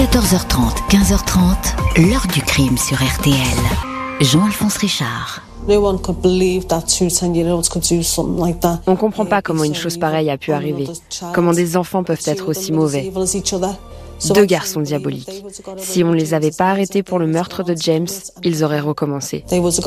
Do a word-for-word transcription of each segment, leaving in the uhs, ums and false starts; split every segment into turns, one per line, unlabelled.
quatorze heures trente, quinze heures trente, l'heure du crime sur R T L. Jean-Alphonse Richard.
On ne
comprend pas comment une chose pareille a pu arriver, comment des enfants peuvent être aussi mauvais. Deux garçons diaboliques. Si on ne les avait pas arrêtés pour le meurtre de James, ils auraient recommencé.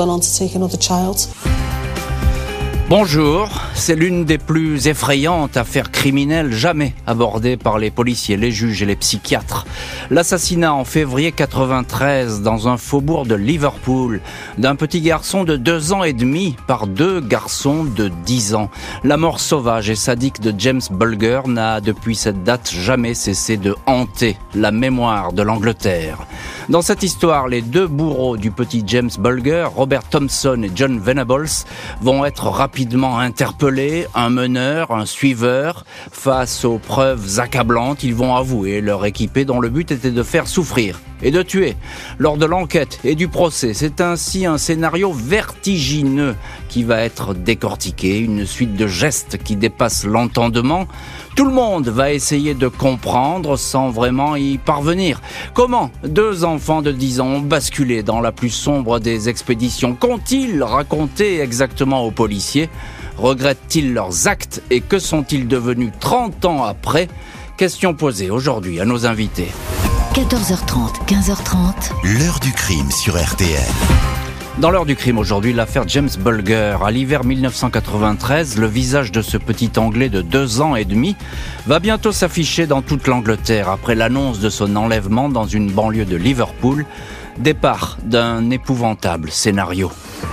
Bonjour, c'est l'une des plus effrayantes affaires criminelles jamais abordées par les policiers, les juges et les psychiatres. L'assassinat en février quatre-vingt-treize dans un faubourg de Liverpool d'un petit garçon de deux ans et demi par deux garçons de dix ans. La mort sauvage et sadique de James Bulger n'a depuis cette date jamais cessé de hanter la mémoire de l'Angleterre. Dans cette histoire, les deux bourreaux du petit James Bulger, Robert Thompson et John Venables, vont être rapidement interpellés. Un meneur, un suiveur, face aux preuves accablantes, ils vont avouer leur équipée dont le but était de faire souffrir et de tuer. Lors de l'enquête et du procès, c'est ainsi un scénario vertigineux qui va être décortiqué, une suite de gestes qui dépassent l'entendement. Tout le monde va essayer de comprendre sans vraiment y parvenir. Comment deux enfants de dix ans ont basculé dans la plus sombre des expéditions? Qu'ont-ils raconté exactement aux policiers? Regrettent-ils leurs actes et que sont-ils devenus trente ans après? Question posée aujourd'hui à nos invités.
quatorze heures trente, quinze heures trente.
L'heure du crime sur R T L.
Dans l'heure du crime aujourd'hui, l'affaire James Bulger. À l'hiver dix-neuf cent quatre-vingt-treize, le visage de ce petit Anglais de deux ans et demi va bientôt s'afficher dans toute l'Angleterre après l'annonce de son enlèvement dans une banlieue de Liverpool. Départ d'un épouvantable scénario.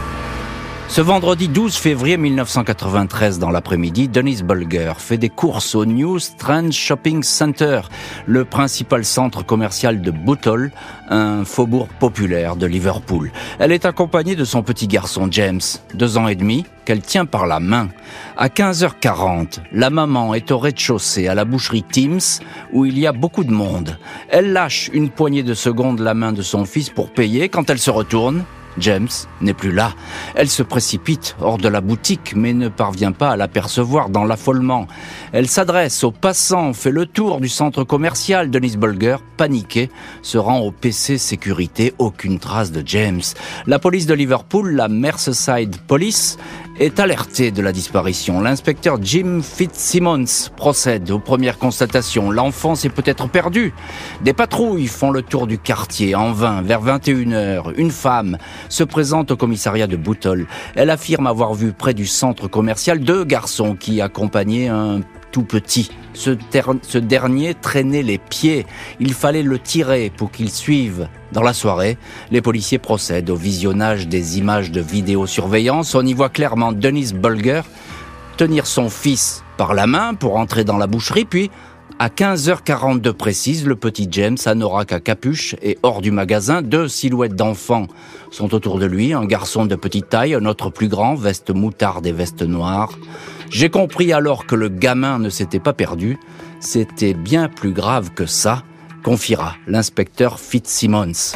Ce vendredi douze février dix-neuf cent quatre-vingt-treize dans l'après-midi, Dennis Bulger fait des courses au New Strand Shopping Centre, le principal centre commercial de Bootle, un faubourg populaire de Liverpool. Elle est accompagnée de son petit garçon James, deux ans et demi, qu'elle tient par la main. À quinze heures quarante, la maman est au rez-de-chaussée à la boucherie Timms, où il y a beaucoup de monde. Elle lâche une poignée de secondes la main de son fils pour payer. Quand elle se retourne, James n'est plus là. Elle se précipite hors de la boutique, mais ne parvient pas à l'apercevoir dans l'affolement. Elle s'adresse aux passants, fait le tour du centre commercial. Dennis Bulger, paniqué, se rend au P C sécurité. Aucune trace de James. La police de Liverpool, la Merseyside Police, est alertée de la disparition. L'inspecteur Jim Fitzsimmons procède aux premières constatations. L'enfant s'est peut-être perdu. Des patrouilles font le tour du quartier. En vain, vers vingt et une heures, une femme se présente au commissariat de Bootle. Elle affirme avoir vu près du centre commercial deux garçons qui accompagnaient un tout petit. Ce, ter- ce dernier traînait les pieds. Il fallait le tirer pour qu'il suive. Dans la soirée, les policiers procèdent au visionnage des images de vidéosurveillance. On y voit clairement Dennis Bulger tenir son fils par la main pour entrer dans la boucherie, puis à quinze heures quarante-deux précise, le petit James, anorak à capuche, est hors du magasin. Deux silhouettes d'enfants sont autour de lui, un garçon de petite taille, un autre plus grand, veste moutarde et veste noire. J'ai compris alors que le gamin ne s'était pas perdu, c'était bien plus grave que ça, confiera l'inspecteur Fitzsimmons.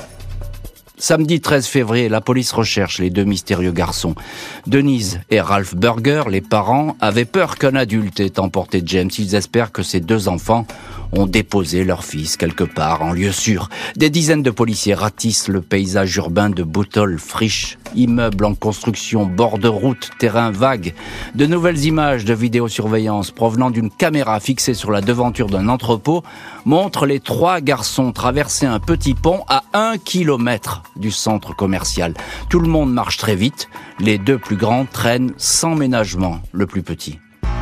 Samedi treize février, la police recherche les deux mystérieux garçons. Denise et Ralph Bulger, les parents, avaient peur qu'un adulte ait emporté James. Ils espèrent que ces deux enfants ont déposé leur fils quelque part, en lieu sûr. Des dizaines de policiers ratissent le paysage urbain de Bootle, friches, immeubles en construction, bord de route, terrain vague. De nouvelles images de vidéosurveillance provenant d'une caméra fixée sur la devanture d'un entrepôt montrent les trois garçons traverser un petit pont à un kilomètre du centre commercial. Tout le monde marche très vite. Les deux plus grands traînent sans ménagement le plus petit.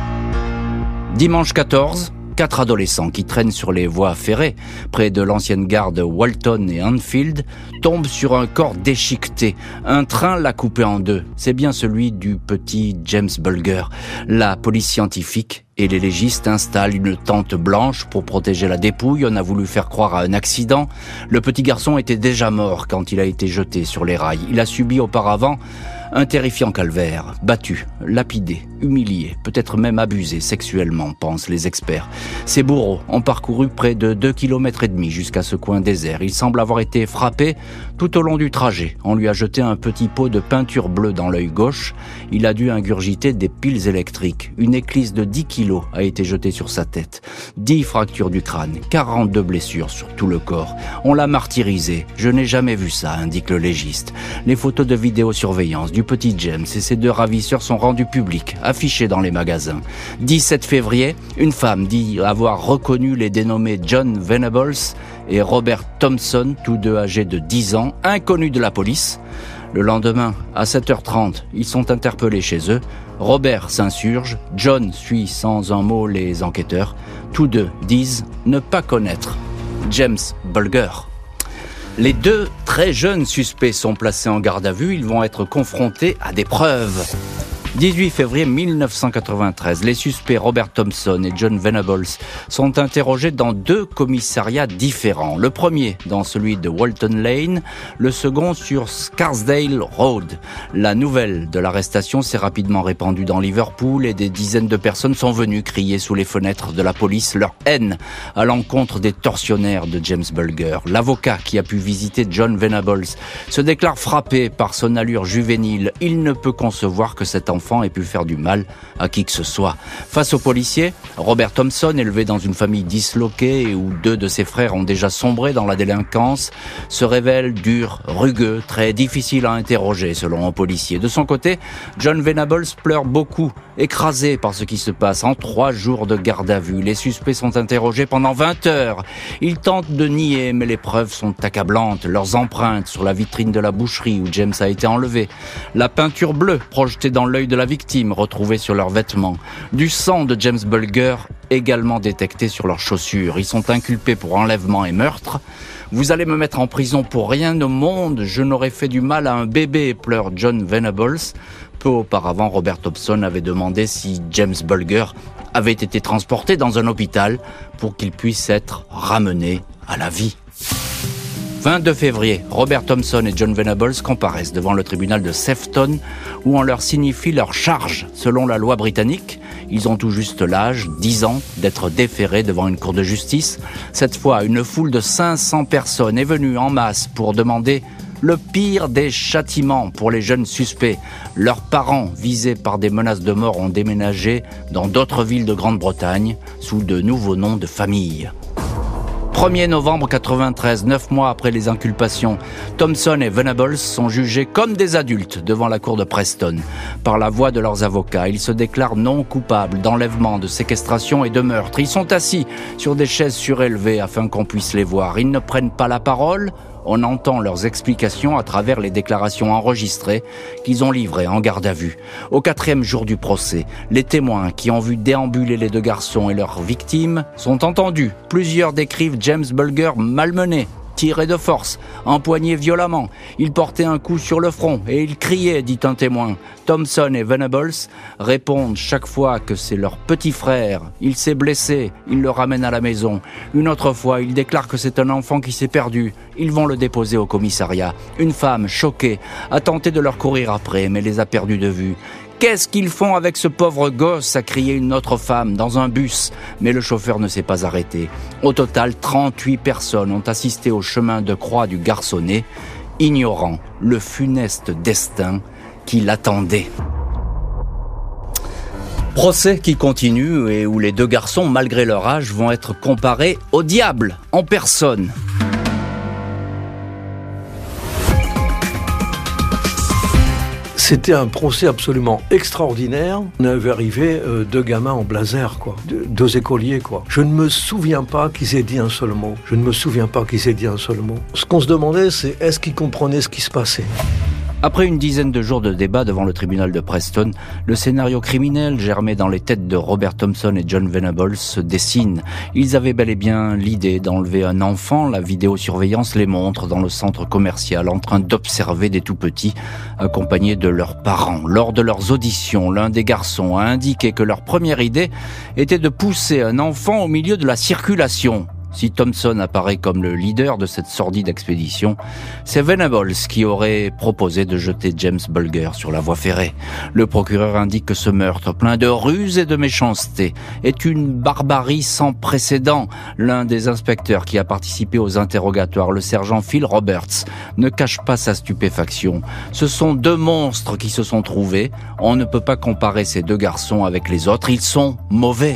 Dimanche quatorze, quatre adolescents qui traînent sur les voies ferrées, près de l'ancienne gare de Walton et Anfield, tombent sur un corps déchiqueté. Un train l'a coupé en deux. C'est bien celui du petit James Bulger. La police scientifique et les légistes installent une tente blanche pour protéger la dépouille. On a voulu faire croire à un accident. Le petit garçon était déjà mort quand il a été jeté sur les rails. Il a subi auparavant Un terrifiant calvaire, battu, lapidé, humilié, peut-être même abusé sexuellement, pensent les experts. Ces bourreaux ont parcouru près de deux kilomètres et demi jusqu'à ce coin désert. Il semble avoir été frappé tout au long du trajet. On lui a jeté un petit pot de peinture bleue dans l'œil gauche. Il a dû ingurgiter des piles électriques. Une éclisse de dix kilos a été jetée sur sa tête. dix fractures du crâne, quarante-deux blessures sur tout le corps. On l'a martyrisé. Je n'ai jamais vu ça, indique le légiste. Les photos de vidéosurveillance du petit James et ses deux ravisseurs sont rendues publiques, affichées dans les magasins. dix-sept février, une femme dit avoir reconnu les dénommés John Venables et Robert Thompson, tous deux âgés de dix ans, inconnus de la police. Le lendemain, à sept heures trente, ils sont interpellés chez eux. Robert s'insurge, John suit sans un mot les enquêteurs. Tous deux disent ne pas connaître James Bulger. Les deux très jeunes suspects sont placés en garde à vue. Ils vont être confrontés à des preuves. dix-huit février mille neuf cent quatre-vingt-treize, les suspects Robert Thompson et John Venables sont interrogés dans deux commissariats différents. Le premier dans celui de Walton Lane, le second sur Scarsdale Road. La nouvelle de l'arrestation s'est rapidement répandue dans Liverpool et des dizaines de personnes sont venues crier sous les fenêtres de la police leur haine à l'encontre des tortionnaires de James Bulger. L'avocat qui a pu visiter John Venables se déclare frappé par son allure juvénile. Il ne peut concevoir que cet enfant ait pu faire du mal à qui que ce soit. Face aux policiers, Robert Thompson, élevé dans une famille disloquée où deux de ses frères ont déjà sombré dans la délinquance, se révèle dur, rugueux, très difficile à interroger selon un policier. De son côté, John Venables pleure beaucoup, écrasé par ce qui se passe. En trois jours de garde à vue, les suspects sont interrogés pendant vingt heures. Ils tentent de nier, mais les preuves sont accablantes. Leurs empreintes sur la vitrine de la boucherie où James a été enlevé, la peinture bleue projetée dans l'œil de la victime retrouvée sur leurs vêtements, du sang de James Bulger également détecté sur leurs chaussures. Ils sont inculpés pour enlèvement et meurtre. Vous allez me mettre en prison pour rien au monde, je n'aurais fait du mal à un bébé, pleure John Venables. Peu auparavant, Robert Thompson avait demandé si James Bulger avait été transporté dans un hôpital pour qu'il puisse être ramené à la vie. vingt-deux février, Robert Thompson et John Venables comparaissent devant le tribunal de Sefton où on leur signifie leur charge. Selon la loi britannique, ils ont tout juste l'âge, dix ans, d'être déférés devant une cour de justice. Cette fois, une foule de cinq cents personnes est venue en masse pour demander le pire des châtiments pour les jeunes suspects. Leurs parents, visés par des menaces de mort, ont déménagé dans d'autres villes de Grande-Bretagne sous de nouveaux noms de famille. premier novembre quatre-vingt-treize, neuf mois après les inculpations, Thompson et Venables sont jugés comme des adultes devant la cour de Preston. Par la voix de leurs avocats, ils se déclarent non coupables d'enlèvement, de séquestration et de meurtre. Ils sont assis sur des chaises surélevées afin qu'on puisse les voir. Ils ne prennent pas la parole. On entend leurs explications à travers les déclarations enregistrées qu'ils ont livrées en garde à vue. Au quatrième jour du procès, les témoins qui ont vu déambuler les deux garçons et leurs victimes sont entendus. Plusieurs décrivent James Bulger malmené, tiré de force, empoigné violemment. Il portait un coup sur le front et il criait, dit un témoin. Thompson et Venables répondent chaque fois que c'est leur petit frère. Il s'est blessé, ils le ramènent à la maison. Une autre fois, ils déclarent que c'est un enfant qui s'est perdu. Ils vont le déposer au commissariat. Une femme, choquée, a tenté de leur courir après, mais les a perdus de vue. Qu'est-ce qu'ils font avec ce pauvre gosse, a crié une autre femme dans un bus. Mais le chauffeur ne s'est pas arrêté. Au total, trente-huit personnes ont assisté au chemin de croix du garçonnet, ignorant le funeste destin qui l'attendait. Procès qui continue et où les deux garçons, malgré leur âge, vont être comparés au diable en personne.
C'était un procès absolument extraordinaire. On avait arrivé euh, deux gamins en blazer, quoi, deux, deux écoliers, quoi. Je ne me souviens pas qu'ils aient dit un seul mot. Je ne me souviens pas qu'ils aient dit un seul mot. Ce qu'on se demandait, c'est est-ce qu'ils comprenaient ce qui se passait ?
Après une dizaine de jours de débat devant le tribunal de Preston, le scénario criminel germé dans les têtes de Robert Thompson et John Venables se dessine. Ils avaient bel et bien l'idée d'enlever un enfant. La vidéosurveillance les montre dans le centre commercial en train d'observer des tout-petits accompagnés de leurs parents. Lors de leurs auditions, l'un des garçons a indiqué que leur première idée était de pousser un enfant au milieu de la circulation. Si Thompson apparaît comme le leader de cette sordide expédition, c'est Venables qui aurait proposé de jeter James Bulger sur la voie ferrée. Le procureur indique que ce meurtre, plein de ruses et de méchanceté, est une barbarie sans précédent. L'un des inspecteurs qui a participé aux interrogatoires, le sergent Phil Roberts, ne cache pas sa stupéfaction. Ce sont deux monstres qui se sont trouvés. On ne peut pas comparer ces deux garçons avec les autres. Ils sont mauvais.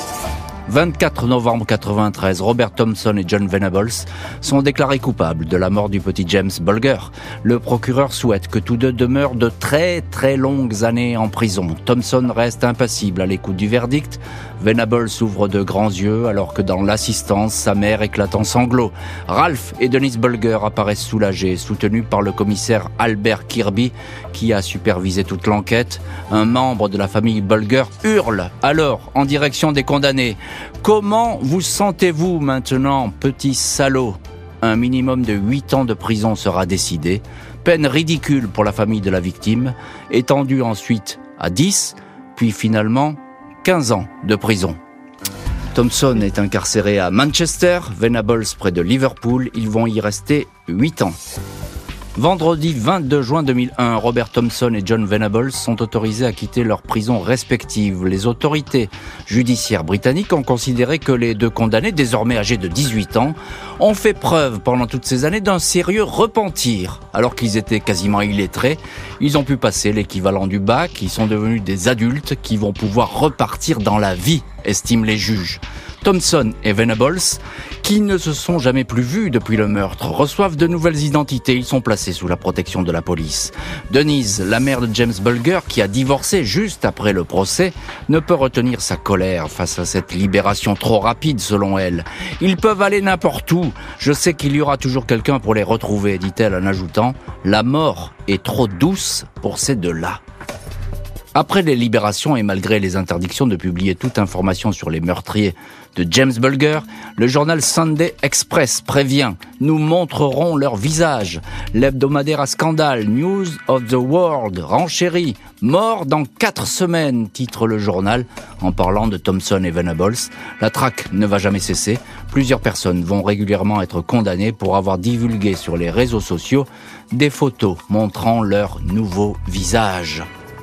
vingt-quatre novembre quatre-vingt-treize, Robert Thompson et John Venables sont déclarés coupables de la mort du petit James Bulger. Le procureur souhaite que tous deux demeurent de très très longues années en prison. Thompson reste impassible à l'écoute du verdict. Venables ouvre de grands yeux alors que dans l'assistance, sa mère éclate en sanglots. Ralph et Denise Bulger apparaissent soulagés, soutenus par le commissaire Albert Kirby qui a supervisé toute l'enquête. Un membre de la famille Bulger hurle alors en direction des condamnés. Comment vous sentez-vous maintenant, petit salaud ? Un minimum de huit ans de prison sera décidé. Peine ridicule pour la famille de la victime, étendue ensuite à dix, puis finalement quinze ans de prison. Thompson est incarcéré à Manchester, Venables près de Liverpool. Ils vont y rester huit ans. Vendredi vingt-deux juin deux mille un, Robert Thompson et John Venables sont autorisés à quitter leurs prisons respectives. Les autorités judiciaires britanniques ont considéré que les deux condamnés, désormais âgés de dix-huit ans, ont fait preuve pendant toutes ces années d'un sérieux repentir. Alors qu'ils étaient quasiment illettrés, ils ont pu passer l'équivalent du bac, ils sont devenus des adultes qui vont pouvoir repartir dans la vie, estiment les juges. Thompson et Venables, qui ne se sont jamais plus vus depuis le meurtre, reçoivent de nouvelles identités. Ils sont placés sous la protection de la police. Denise, la mère de James Bulger, qui a divorcé juste après le procès, ne peut retenir sa colère face à cette libération trop rapide, selon elle. « Ils peuvent aller n'importe où. Je sais qu'il y aura toujours quelqu'un pour les retrouver, » dit-elle en ajoutant « La mort est trop douce pour ces deux-là. » Après les libérations et malgré les interdictions de publier toute information sur les meurtriers de James Bulger, le journal Sunday Express prévient « Nous montrerons leur visage ». L'hebdomadaire à scandale News of the World renchérit « Mort dans quatre semaines », titre le journal en parlant de Thompson et Venables. La traque ne va jamais cesser. Plusieurs personnes vont régulièrement être condamnées pour avoir divulgué sur les réseaux sociaux des photos montrant leur nouveau visage.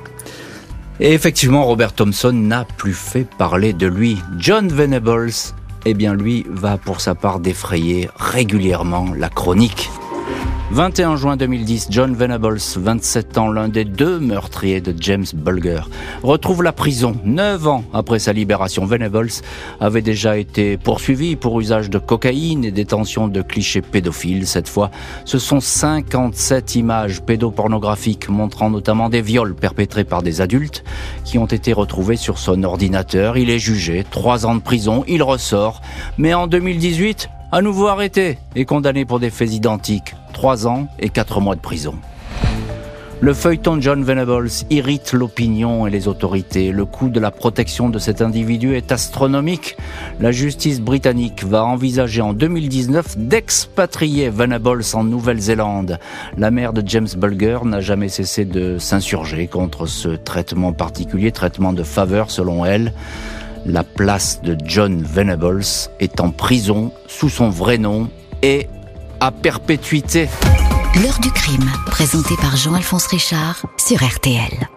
Et effectivement, Robert Thompson n'a plus fait parler de lui. John Venables, eh bien lui, va pour sa part défrayer régulièrement la chronique. vingt et un juin deux mille dix, John Venables, vingt-sept ans, l'un des deux meurtriers de James Bulger, retrouve la prison. Neuf ans après sa libération, Venables avait déjà été poursuivi pour usage de cocaïne et détention de clichés pédophiles. Cette fois, ce sont cinquante-sept images pédopornographiques montrant notamment des viols perpétrés par des adultes qui ont été retrouvés sur son ordinateur. Il est jugé, trois ans de prison, il ressort, mais en deux mille dix-huit, à nouveau arrêté et condamné pour des faits identiques. Trois ans et quatre mois de prison. Le feuilleton John Venables irrite l'opinion et les autorités. Le coût de la protection de cet individu est astronomique. La justice britannique va envisager en deux mille dix-neuf d'expatrier Venables en Nouvelle-Zélande. La mère de James Bulger n'a jamais cessé de s'insurger contre ce traitement particulier, traitement de faveur selon elle. La place de John Venables est en prison sous son vrai nom et à perpétuité.
L'heure du crime, présenté par Jean-Alphonse Richard sur R T L.